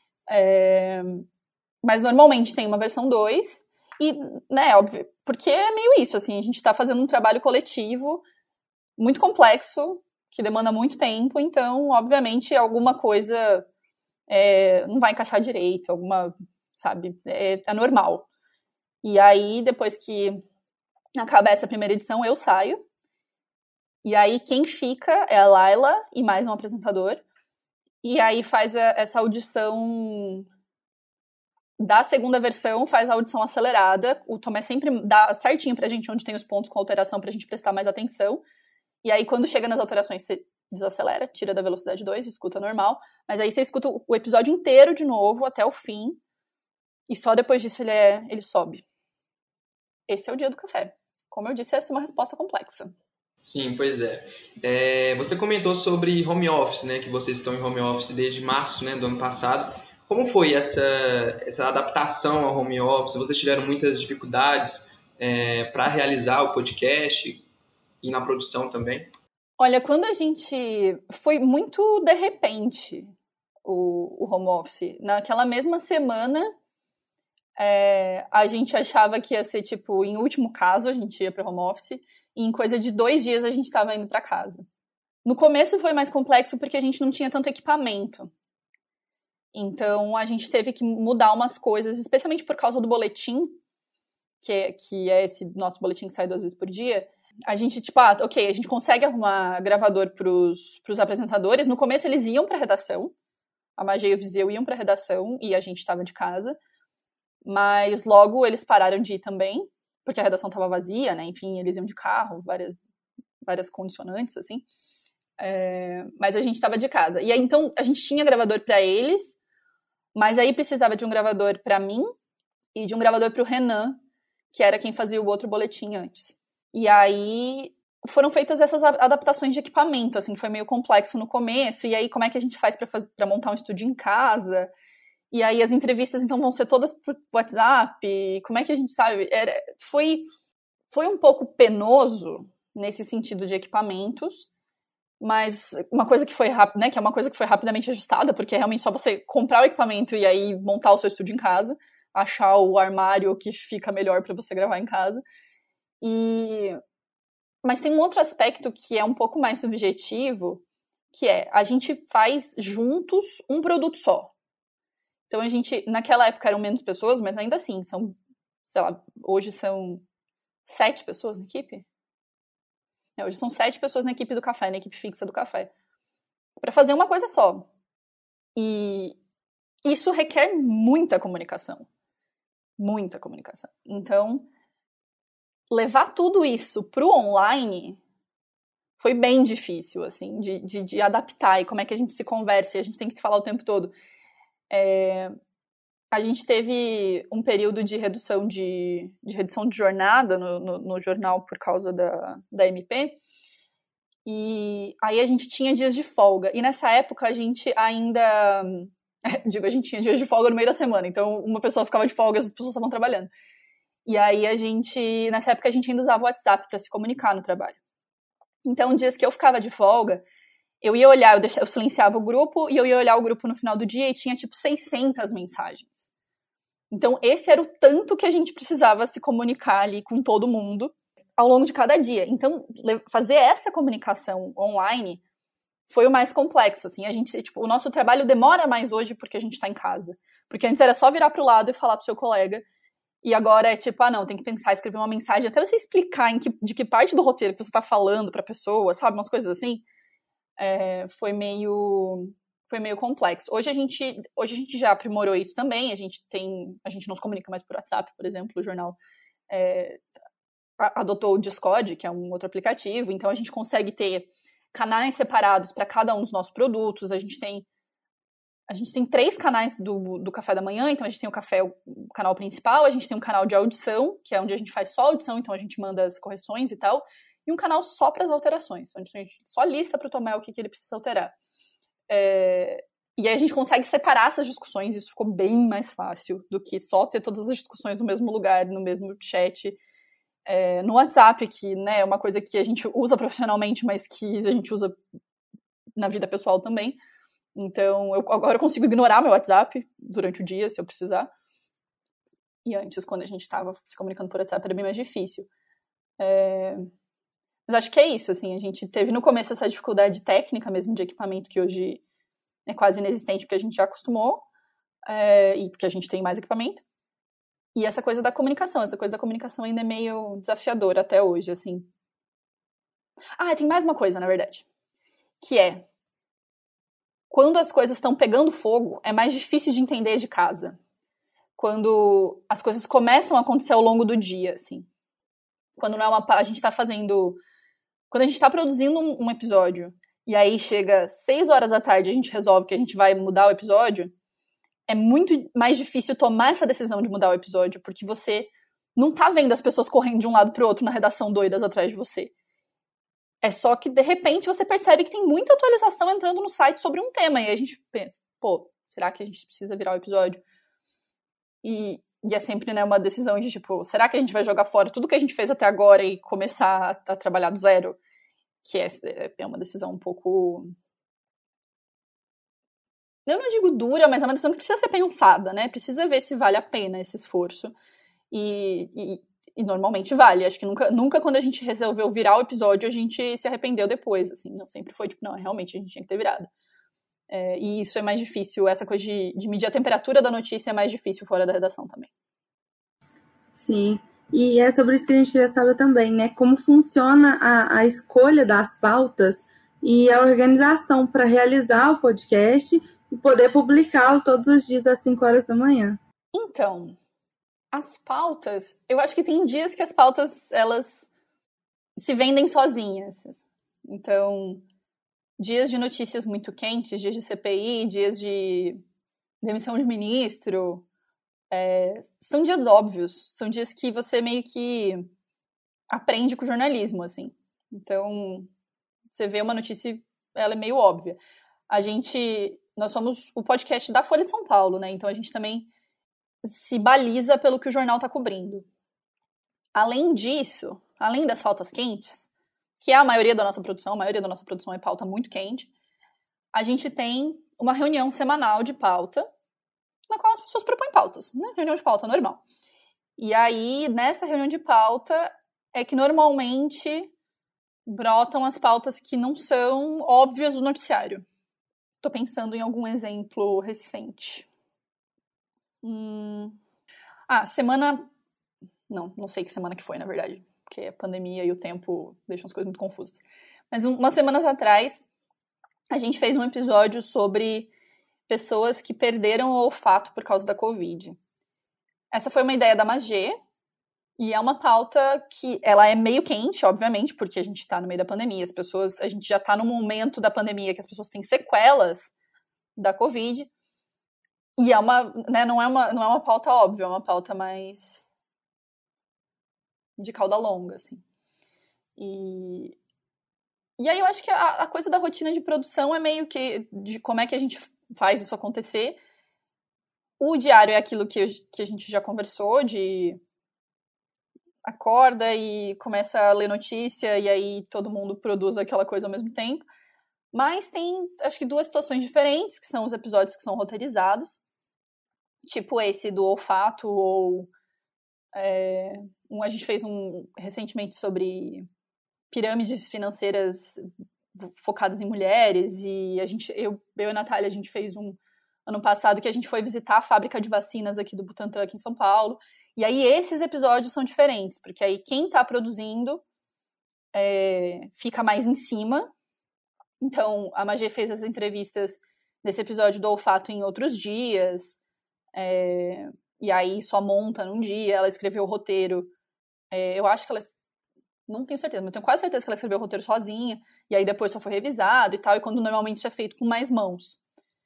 Mas normalmente tem uma versão 2. E, né, óbvio, porque é meio isso, assim, a gente tá fazendo um trabalho coletivo muito complexo, que demanda muito tempo, então, obviamente, alguma coisa não vai encaixar direito, sabe, é normal. E aí, depois que acaba essa primeira edição, eu saio. E aí, quem fica é a Laila e mais um apresentador. E aí faz essa audição da segunda versão, faz a audição acelerada. O Tomé sempre dá certinho pra gente onde tem os pontos com alteração pra gente prestar mais atenção. E aí, quando chega nas alterações, você desacelera, tira da velocidade 2, escuta normal. Mas aí você escuta o episódio inteiro de novo, até o fim. E só depois disso ele sobe. Esse é o dia do café. Como eu disse, essa é uma resposta complexa. Sim, pois é. Você comentou sobre home office, né? Que vocês estão em home office desde março, né, do ano passado. Como foi essa adaptação ao home office? Vocês tiveram muitas dificuldades para realizar o podcast e na produção também? Olha, quando a gente... Foi muito de repente o home office. Naquela mesma semana, a gente achava que ia ser, tipo, em último caso, a gente ia para home office. E em coisa de 2 dias a gente estava indo para casa. No começo foi mais complexo porque a gente não tinha tanto equipamento. Então a gente teve que mudar umas coisas, especialmente por causa do boletim, que é esse nosso boletim que sai 2 vezes por dia. A gente, tipo, ok, a gente consegue arrumar gravador pros apresentadores. No começo eles iam pra redação. A Magê e o Viseu iam pra redação e a gente estava de casa. Mas logo eles pararam de ir também, porque a redação estava vazia, né? Enfim, eles iam de carro, várias condicionantes, assim. Mas a gente estava de casa. E aí, então, a gente tinha gravador para eles, mas aí precisava de um gravador para mim e de um gravador para o Renan, que era quem fazia o outro boletim antes. E aí foram feitas essas adaptações de equipamento, assim, foi meio complexo no começo. E aí, como é que a gente faz para montar um estúdio em casa? E aí as entrevistas, então, vão ser todas por WhatsApp. Como é que a gente sabe? Foi um pouco penoso nesse sentido de equipamentos, mas uma coisa que foi rápida, né? Que é uma coisa que foi rapidamente ajustada, porque é realmente só você comprar o equipamento e aí montar o seu estúdio em casa, achar o armário que fica melhor para você gravar em casa. Mas tem um outro aspecto que é um pouco mais subjetivo, que a gente faz juntos um produto só. Então a gente, naquela época eram menos pessoas, mas ainda assim, são, sei lá, hoje são 7 pessoas na equipe? Hoje são 7 pessoas na equipe do café, na equipe fixa do café. Pra fazer uma coisa só. E isso requer muita comunicação. Muita comunicação. Então, levar tudo isso pro online foi bem difícil, assim, de adaptar. E como é que a gente se conversa, e a gente tem que se falar o tempo todo. A gente teve um período de redução de jornada no jornal por causa da MP, e aí a gente tinha dias de folga. E nessa época a gente ainda... a gente tinha dias de folga no meio da semana, então uma pessoa ficava de folga e as pessoas estavam trabalhando. E aí nessa época a gente ainda usava o WhatsApp para se comunicar no trabalho. Então, dias que eu ficava de folga, eu ia olhar, eu silenciava o grupo, e eu ia olhar o grupo no final do dia e tinha, 600 mensagens. Então, esse era o tanto que a gente precisava se comunicar ali com todo mundo ao longo de cada dia. Então, fazer essa comunicação online foi o mais complexo, assim. O nosso trabalho demora mais hoje porque a gente tá em casa. Porque antes era só virar pro lado e falar pro seu colega. E agora é não, tem que pensar, escrever uma mensagem, até você explicar de que parte do roteiro que você tá falando pra pessoa, sabe? Umas coisas assim. Foi meio complexo. Hoje a gente já aprimorou isso também. A gente não se comunica mais por WhatsApp, por exemplo. O jornal adotou o Discord, que é um outro aplicativo. Então a gente consegue ter canais separados para cada um dos nossos produtos. A gente tem 3 canais do café da manhã. Então a gente tem o canal principal, a gente tem um canal de audição, que é onde a gente faz só audição, então a gente manda as correções e tal, e um canal só para as alterações, onde a gente só lista para o Tomé o que ele precisa alterar. E aí a gente consegue separar essas discussões, isso ficou bem mais fácil do que só ter todas as discussões no mesmo lugar, no mesmo chat. No WhatsApp, que, né, é uma coisa que a gente usa profissionalmente, mas que a gente usa na vida pessoal também. Então, agora eu consigo ignorar meu WhatsApp durante o dia, se eu precisar. E antes, quando a gente estava se comunicando por WhatsApp, era bem mais difícil. Mas acho que é isso, assim, a gente teve no começo essa dificuldade técnica mesmo de equipamento, que hoje é quase inexistente, porque a gente já acostumou, e porque a gente tem mais equipamento. E essa coisa da comunicação ainda é meio desafiadora até hoje, assim. Tem mais uma coisa, na verdade, que quando as coisas estão pegando fogo, é mais difícil de entender de casa. Quando as coisas começam a acontecer ao longo do dia, assim. Quando não é a gente tá fazendo... Quando a gente tá produzindo um episódio, e aí chega 6 horas da tarde e a gente resolve que a gente vai mudar o episódio, é muito mais difícil tomar essa decisão de mudar o episódio, porque você não tá vendo as pessoas correndo de um lado pro outro na redação doidas atrás de você. É só que, de repente, você percebe que tem muita atualização entrando no site sobre um tema. E a gente pensa, será que a gente precisa virar o episódio? E é sempre, né, uma decisão de, será que a gente vai jogar fora tudo que a gente fez até agora e começar a trabalhar do zero? Que é uma decisão um pouco... Eu não digo dura, mas é uma decisão que precisa ser pensada, né? Precisa ver se vale a pena esse esforço. E normalmente vale. Acho que nunca quando a gente resolveu virar o episódio, a gente se arrependeu depois, assim. Não, sempre foi não, realmente a gente tinha que ter virado. E isso é mais difícil. Essa coisa de medir a temperatura da notícia é mais difícil fora da redação também. Sim. E é sobre isso que a gente queria saber também, né? Como funciona a escolha das pautas e a organização para realizar o podcast e poder publicá-lo todos os dias às 5 horas da manhã. Então... As pautas, eu acho que tem dias que as pautas, elas se vendem sozinhas. Então, dias de notícias muito quentes, dias de CPI, dias de demissão de ministro, são dias óbvios. São dias que você meio que aprende com o jornalismo, assim. Então, você vê uma notícia, ela é meio óbvia. Nós somos o podcast da Folha de São Paulo, né? Então, a gente também se baliza pelo que o jornal está cobrindo. Além disso, além das pautas quentes, que é a maioria da nossa produção é pauta muito quente, a gente tem uma reunião semanal de pauta, na qual as pessoas propõem pautas, né? Reunião de pauta normal. E aí, nessa reunião de pauta, é que normalmente brotam as pautas que não são óbvias do noticiário. Estou pensando em algum exemplo recente. Semana... Não sei que semana que foi, na verdade. Porque a pandemia e o tempo deixam as coisas muito confusas. Mas umas semanas atrás, a gente fez um episódio sobre pessoas que perderam o olfato por causa da Covid. Essa foi uma ideia da Magê, e é uma pauta que ela é meio quente, obviamente, porque a gente está no meio da pandemia, a gente já está no momento da pandemia que as pessoas têm sequelas da Covid, e é não é uma pauta óbvia, é uma pauta mais de cauda longa, assim. E aí eu acho que a coisa da rotina de produção é meio que de como é que a gente faz isso acontecer. O diário é aquilo que a gente já conversou, de acorda e começa a ler notícia e aí todo mundo produz aquela coisa ao mesmo tempo. Mas tem, acho que, 2 situações diferentes, que são os episódios que são roteirizados, tipo esse do olfato, ou a gente fez recentemente sobre pirâmides financeiras focadas em mulheres, e eu e a Natália, a gente fez ano passado que a gente foi visitar a fábrica de vacinas aqui do Butantan, aqui em São Paulo. E aí esses episódios são diferentes, porque aí quem tá produzindo fica mais em cima. Então, a Magê fez as entrevistas nesse episódio do olfato em outros dias, e aí só monta num dia. Ela escreveu o roteiro, eu acho que ela... Não tenho certeza, mas eu tenho quase certeza que ela escreveu o roteiro sozinha, e aí depois só foi revisado e tal, e quando normalmente isso é feito com mais mãos.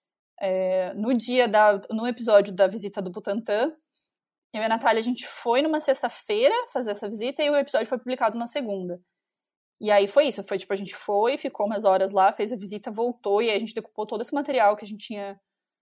No episódio da visita do Butantan, eu e a Natália, a gente foi numa sexta-feira fazer essa visita, e o episódio foi publicado na segunda. E aí foi isso, a gente foi, ficou umas horas lá, fez a visita, voltou, e aí a gente decupou todo esse material que a gente tinha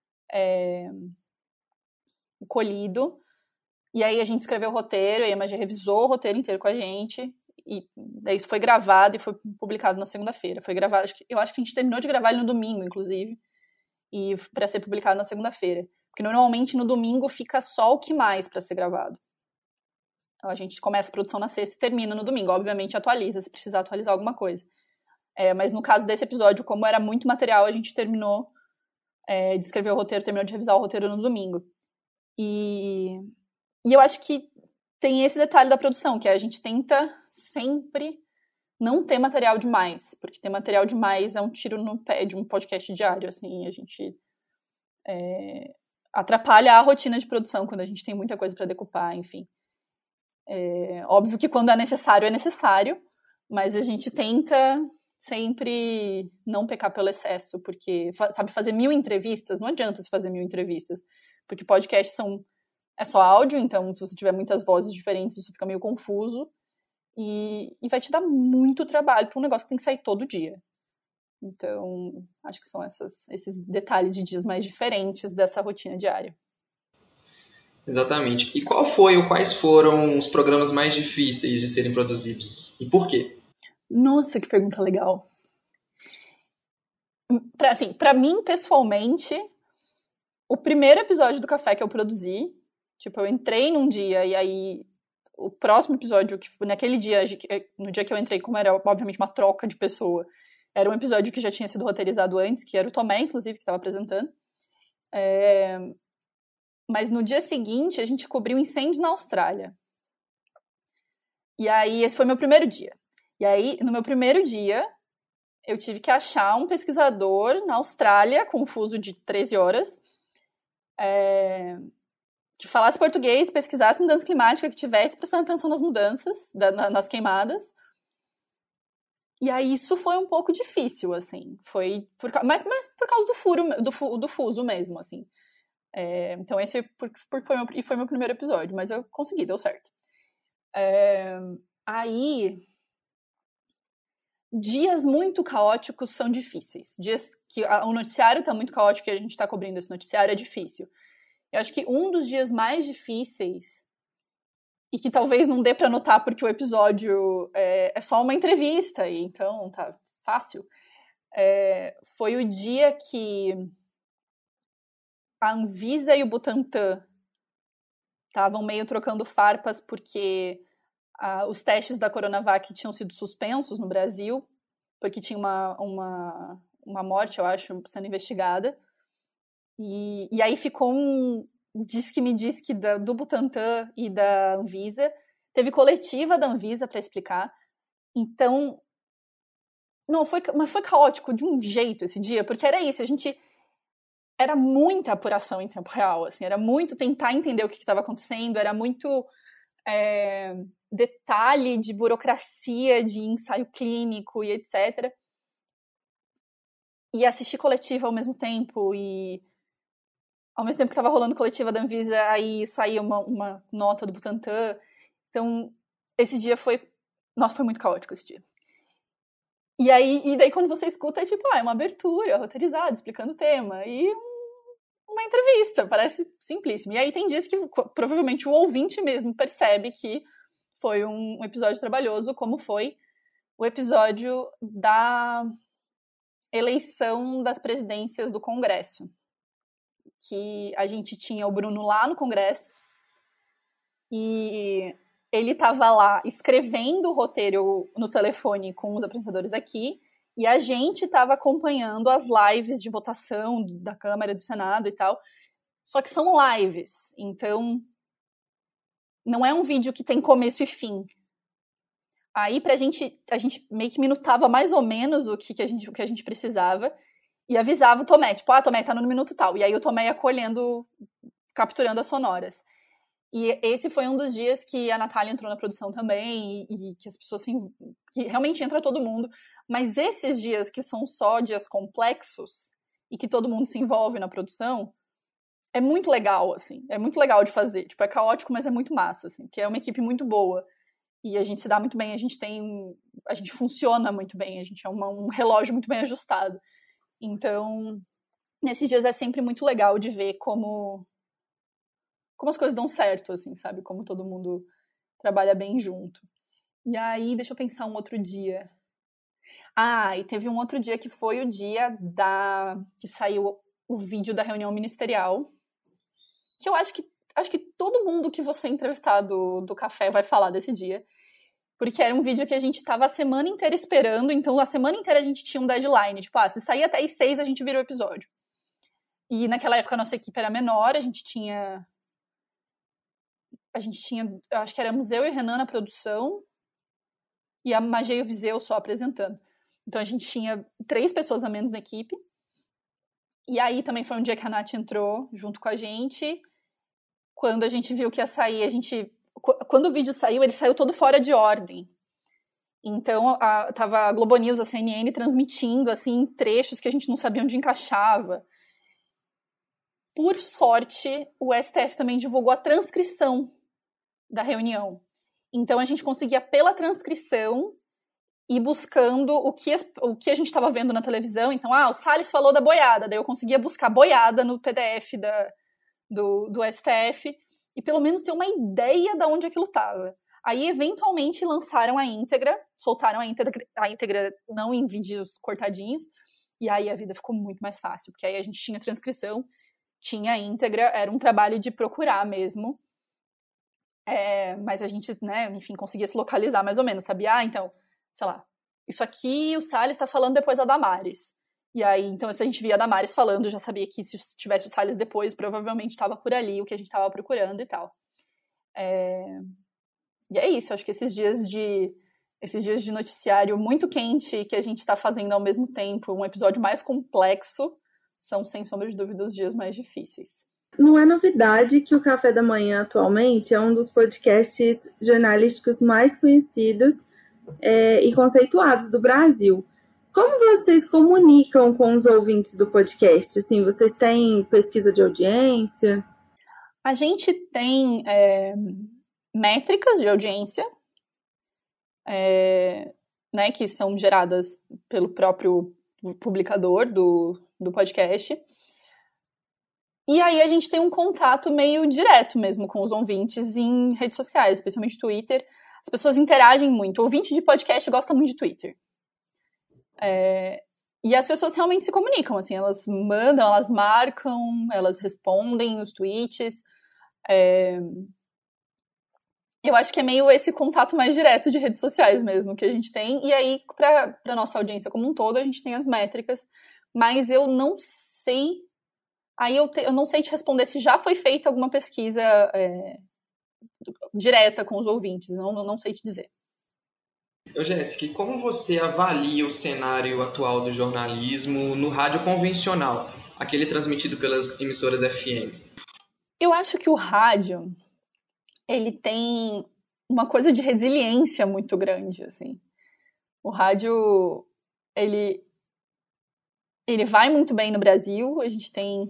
colhido, e aí a gente escreveu o roteiro, e a Magê revisou o roteiro inteiro com a gente, e daí isso foi gravado e foi publicado na segunda-feira. Foi gravado, eu acho que a gente terminou de gravar ele no domingo, inclusive, e para ser publicado na segunda-feira. Porque normalmente no domingo fica só o que mais para ser gravado. Então a gente começa a produção na sexta e termina no domingo. Obviamente atualiza, se precisar atualizar alguma coisa. Mas no caso desse episódio, como era muito material, a gente terminou de escrever o roteiro, terminou de revisar o roteiro no domingo. E eu acho que tem esse detalhe da produção, que a gente tenta sempre não ter material demais, porque ter material demais é um tiro no pé de um podcast diário, assim, a gente atrapalha a rotina de produção quando a gente tem muita coisa para decupar, enfim. Óbvio que quando é necessário, mas a gente tenta sempre não pecar pelo excesso, porque, sabe, fazer 1000 entrevistas, não adianta se fazer 1000 entrevistas, porque podcasts é só áudio, então se você tiver muitas vozes diferentes, isso fica meio confuso, e vai te dar muito trabalho para um negócio que tem que sair todo dia. Então, acho que são esses detalhes de dias mais diferentes dessa rotina diária. Exatamente. E quais foram os programas mais difíceis de serem produzidos? E por quê? Nossa, que pergunta legal. Pra mim, pessoalmente, o primeiro episódio do Café que eu produzi, tipo, eu entrei num dia, e aí o próximo episódio, naquele dia, no dia que eu entrei, como era obviamente uma troca de pessoa, era um episódio que já tinha sido roteirizado antes, que era o Tomé, inclusive, que estava apresentando. Mas no dia seguinte, a gente cobriu incêndios na Austrália. E aí, esse foi meu primeiro dia. E aí, no meu primeiro dia, eu tive que achar um pesquisador na Austrália, com um fuso de 13 horas, que falasse português, pesquisasse mudança climática, que tivesse prestando atenção nas mudanças, nas queimadas. E aí isso foi um pouco difícil, assim. Mas por causa do fuso mesmo, assim. Então esse foi meu primeiro episódio, mas eu consegui, deu certo. Aí, dias muito caóticos são difíceis. Dias que o noticiário tá muito caótico e a gente tá cobrindo esse noticiário é difícil. Eu acho que um dos dias mais difíceis, e que talvez não dê pra notar porque o episódio é só uma entrevista, e então tá fácil, foi o dia que a Anvisa e o Butantan estavam meio trocando farpas porque os testes da Coronavac tinham sido suspensos no Brasil, porque tinha uma morte, eu acho, sendo investigada. E aí ficou um diz-que-me-diz-que do Butantan e da Anvisa. Teve coletiva da Anvisa para explicar. Então, mas foi caótico de um jeito esse dia, porque era isso, a gente era muita apuração em tempo real, assim, era muito tentar entender o que estava acontecendo, era muito detalhe de burocracia, de ensaio clínico e etc. E assistir coletiva ao mesmo tempo, e ao mesmo tempo que estava rolando coletiva da Anvisa, aí saía uma nota do Butantan. Então, esse dia foi muito caótico esse dia. E daí quando você escuta, é tipo, é uma abertura, roteirizada, explicando o tema, e uma entrevista, parece simplíssimo. E aí tem dias que provavelmente o ouvinte mesmo percebe que foi um episódio trabalhoso, como foi o episódio da eleição das presidências do Congresso. Que a gente tinha o Bruno lá no Congresso, e ele estava lá escrevendo o roteiro no telefone com os apresentadores aqui, e a gente estava acompanhando as lives de votação da Câmara, do Senado e tal. Só que são lives, então não é um vídeo que tem começo e fim. Aí a gente meio que minutava mais ou menos o que a gente precisava e avisava o Tomé, tipo, Tomé tá no minuto tal. E aí o Tomé ia capturando as sonoras. E esse foi um dos dias que a Natália entrou na produção também, e que as pessoas, assim, que realmente entra todo mundo. Mas esses dias que são só dias complexos e que todo mundo se envolve na produção, é muito legal, assim. É muito legal de fazer. Tipo, é caótico, mas é muito massa, assim. Porque é uma equipe muito boa. E a gente se dá muito bem, a gente funciona muito bem, a gente é um relógio muito bem ajustado. Então, nesses dias é sempre muito legal de ver como as coisas dão certo, assim, sabe? Como todo mundo trabalha bem junto. E aí, deixa eu pensar um outro dia. E teve um outro dia que foi o dia que saiu o vídeo da reunião ministerial, que eu acho que todo mundo que você entrevistar do café vai falar desse dia, porque era um vídeo que a gente tava a semana inteira esperando, então a semana inteira a gente tinha um deadline, tipo, se sair até às 6 a gente vira o episódio. E naquela época a nossa equipe era menor, a gente tinha, eu acho que éramos eu e Renan na produção, e a Magé e o Viseu só apresentando. Então a gente tinha 3 pessoas a menos na equipe, e aí também foi um dia que a Nath entrou junto com a gente. Quando a gente viu que ia sair, quando o vídeo saiu, ele saiu todo fora de ordem. Então, tava a Globo News, a CNN, transmitindo, assim, trechos que a gente não sabia onde encaixava. Por sorte, o STF também divulgou a transcrição da reunião. Então, a gente conseguia, pela transcrição, ir buscando o que a gente estava vendo na televisão. Então, o Salles falou da boiada. Daí eu conseguia buscar boiada no PDF do STF e pelo menos ter uma ideia de onde aquilo estava. Aí, eventualmente, lançaram a íntegra, soltaram a íntegra não em vídeos cortadinhos, e aí a vida ficou muito mais fácil, porque aí a gente tinha transcrição, tinha a íntegra, era um trabalho de procurar mesmo, mas a gente, né, enfim, conseguia se localizar mais ou menos, sabia? Então, sei lá, isso aqui o Salles está falando depois da Damares. E aí, então, se a gente via a Damares falando, já sabia que se tivesse o Salles depois, provavelmente estava por ali o que a gente estava procurando e tal. E é isso, acho que esses dias de noticiário muito quente que a gente está fazendo ao mesmo tempo, um episódio mais complexo, são, sem sombra de dúvida, os dias mais difíceis. Não é novidade que o Café da Manhã, atualmente, é um dos podcasts jornalísticos mais conhecidos e conceituados do Brasil. Como vocês comunicam com os ouvintes do podcast? Assim, vocês têm pesquisa de audiência? A gente tem métricas de audiência, né, que são geradas pelo próprio publicador do podcast. E aí a gente tem um contato meio direto mesmo com os ouvintes em redes sociais, especialmente Twitter. As pessoas interagem muito. O ouvinte de podcast gosta muito de Twitter. E as pessoas realmente se comunicam, assim, elas mandam, elas marcam, elas respondem os tweets. Eu acho que é meio esse contato mais direto de redes sociais mesmo que a gente tem. E aí, para nossa audiência como um todo, a gente tem as métricas. Mas eu não sei... eu não sei te responder se já foi feita alguma pesquisa direta com os ouvintes. Não sei te dizer. Jéssica, como você avalia o cenário atual do jornalismo no rádio convencional? aquele transmitido pelas emissoras FM? Eu acho que o rádio, ele tem uma coisa de resiliência muito grande, assim. O rádio, ele vai muito bem no Brasil, a gente tem...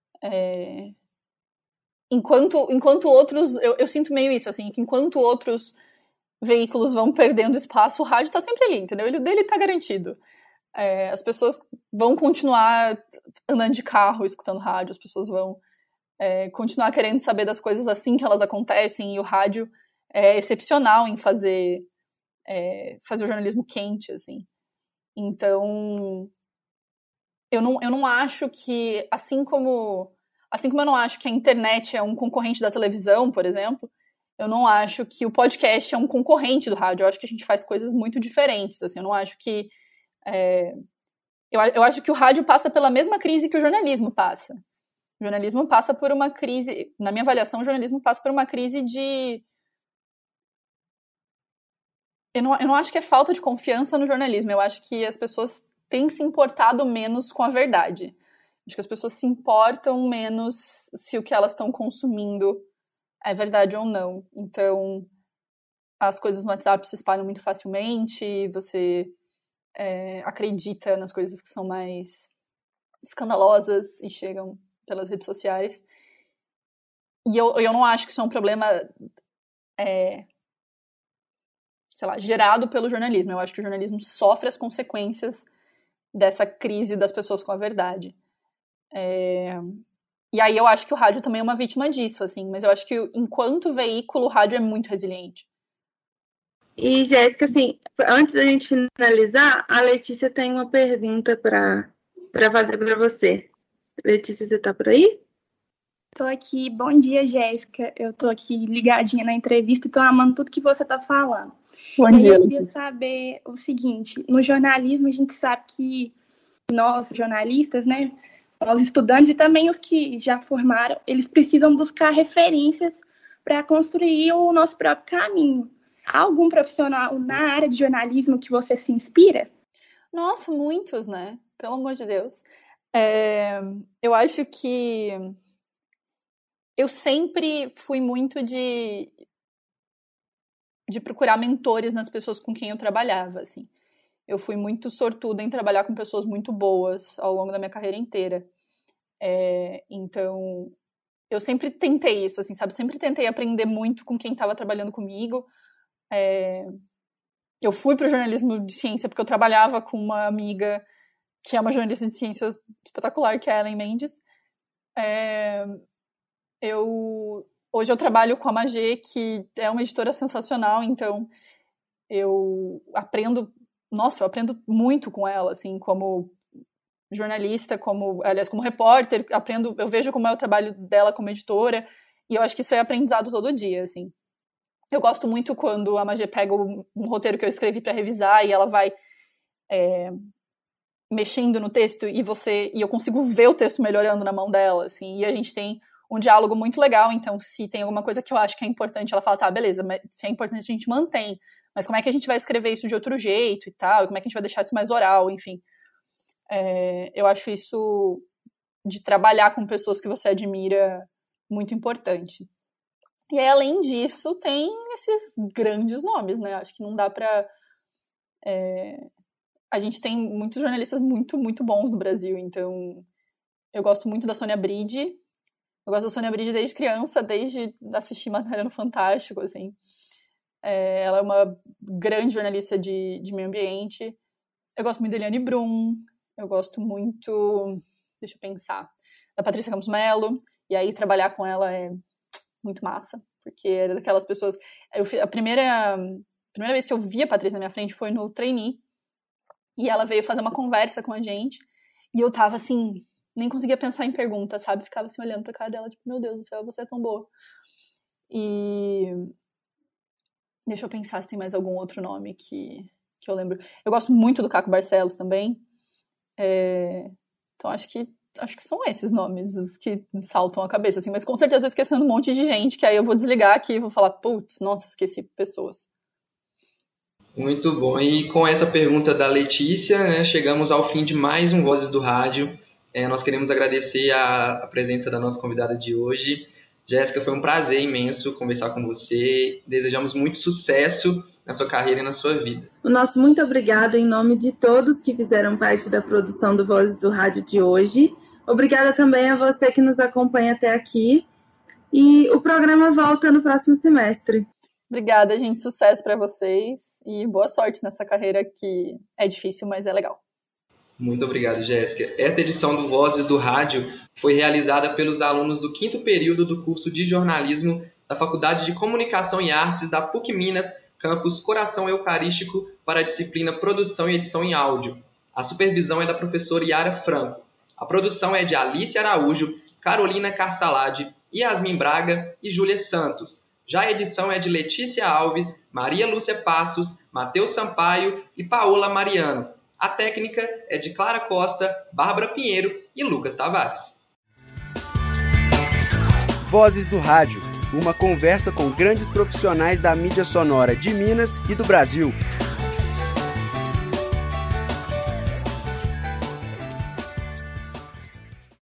Enquanto outros... Eu sinto meio isso, assim, que enquanto outros veículos vão perdendo espaço, o rádio tá sempre ali, entendeu? Ele dele tá garantido. As pessoas vão continuar andando de carro, escutando rádio, as pessoas vão continuar querendo saber das coisas assim que elas acontecem, e o rádio é excepcional em fazer o jornalismo quente, assim. Então, eu não acho que, assim como eu não acho que a internet é um concorrente da televisão, por exemplo, eu não acho que o podcast é um concorrente do rádio. Eu acho que a gente faz coisas muito diferentes, assim. Eu não acho que... Eu acho que o rádio passa pela mesma crise que o jornalismo passa. O jornalismo passa por uma crise... Na minha avaliação, o jornalismo passa por uma crise de... Eu não acho que é falta de confiança no jornalismo. Eu acho que as pessoas têm se importado menos com a verdade. Acho que as pessoas se importam menos se o que elas estão consumindo é verdade ou não. Então, as coisas no WhatsApp se espalham muito facilmente, você acredita nas coisas que são mais escandalosas e chegam pelas redes sociais. E eu não acho que isso é um problema... sei lá, gerado pelo jornalismo. Eu acho que o jornalismo sofre as consequências dessa crise das pessoas com a verdade. E aí eu acho que o rádio também é uma vítima disso, assim, mas eu acho que enquanto veículo, o rádio é muito resiliente. E, Jéssica, assim, antes da gente finalizar, a Letícia tem uma pergunta para fazer para você. Letícia, você tá por aí? Tô aqui. Bom dia, Jéssica. Eu tô aqui ligadinha na entrevista e tô amando tudo que você tá falando. Bom dia. Eu queria saber o seguinte, no jornalismo a gente sabe que nós, jornalistas, né, nós estudantes e também os que já formaram, eles precisam buscar referências para construir o nosso próprio caminho. Há algum profissional na área de jornalismo que você se inspira? Nossa, muitos, né? Pelo amor de Deus. Eu acho que eu sempre fui muito de procurar mentores nas pessoas com quem eu trabalhava, assim. Eu fui muito sortuda em trabalhar com pessoas muito boas ao longo da minha carreira inteira. Então, eu sempre tentei isso, assim, sabe? Sempre tentei aprender muito com quem estava trabalhando comigo. Eu fui para o jornalismo de ciência porque eu trabalhava com uma amiga que é uma jornalista de ciências espetacular, que é a Ellen Mendes. Hoje eu trabalho com a Magê, que é uma editora sensacional, então eu aprendo muito com ela, assim, como jornalista, como repórter, eu vejo como é o trabalho dela como editora, e eu acho que isso é aprendizado todo dia, assim. Eu gosto muito quando a Magê pega um roteiro que eu escrevi para revisar e ela vai mexendo no texto e eu consigo ver o texto melhorando na mão dela, assim, e a gente tem um diálogo muito legal, então se tem alguma coisa que eu acho que é importante, ela fala, tá, beleza, mas se é importante a gente mantém, mas como é que a gente vai escrever isso de outro jeito e tal, como é que a gente vai deixar isso mais oral, enfim. Eu acho isso de trabalhar com pessoas que você admira muito importante. E aí, além disso, tem esses grandes nomes, né, acho que não dá pra... A gente tem muitos jornalistas muito, muito bons no Brasil, então eu gosto muito da Sônia Bride. Eu gosto da Sônia Bride desde criança, desde assistir matéria no Fantástico, assim. Ela é uma grande jornalista de meio ambiente. Eu gosto muito da Eliane Brum. Eu gosto muito, deixa eu pensar, da Patrícia Campos Mello. E aí trabalhar com ela é muito massa, porque era daquelas pessoas... A primeira vez que eu vi a Patrícia na minha frente foi no trainee. E ela veio fazer uma conversa com a gente. E eu tava assim... Nem conseguia pensar em pergunta, sabe? Ficava assim, olhando pra cara dela, tipo, meu Deus do céu, você é tão boa. E... Deixa eu pensar se tem mais algum outro nome que eu lembro. Eu gosto muito do Caco Barcelos também. Então, acho que são esses nomes os que saltam a cabeça, assim. Mas com certeza eu tô esquecendo um monte de gente, que aí eu vou desligar aqui e vou falar, putz, nossa, esqueci pessoas. Muito bom. E com essa pergunta da Letícia, né, chegamos ao fim de mais um Vozes do Rádio. Nós queremos agradecer a presença da nossa convidada de hoje. Jéssica, foi um prazer imenso conversar com você. Desejamos muito sucesso na sua carreira e na sua vida. O nosso muito obrigado em nome de todos que fizeram parte da produção do Vozes do Rádio de hoje. Obrigada também a você que nos acompanha até aqui. E o programa volta no próximo semestre. Obrigada, gente. Sucesso para vocês e boa sorte nessa carreira que é difícil, mas é legal. Muito obrigado, Jéssica. Esta edição do Vozes do Rádio foi realizada pelos alunos do 5º período do curso de jornalismo da Faculdade de Comunicação e Artes da PUC Minas, campus Coração Eucarístico, para a disciplina Produção e Edição em Áudio. A supervisão é da professora Yara Franco. A produção é de Alice Araújo, Carolina Carsalade, Yasmin Braga e Júlia Santos. Já a edição é de Letícia Alves, Maria Lúcia Passos, Matheus Sampaio e Paola Mariano. A técnica é de Clara Costa, Bárbara Pinheiro e Lucas Tavares. Vozes do Rádio, uma conversa com grandes profissionais da mídia sonora de Minas e do Brasil.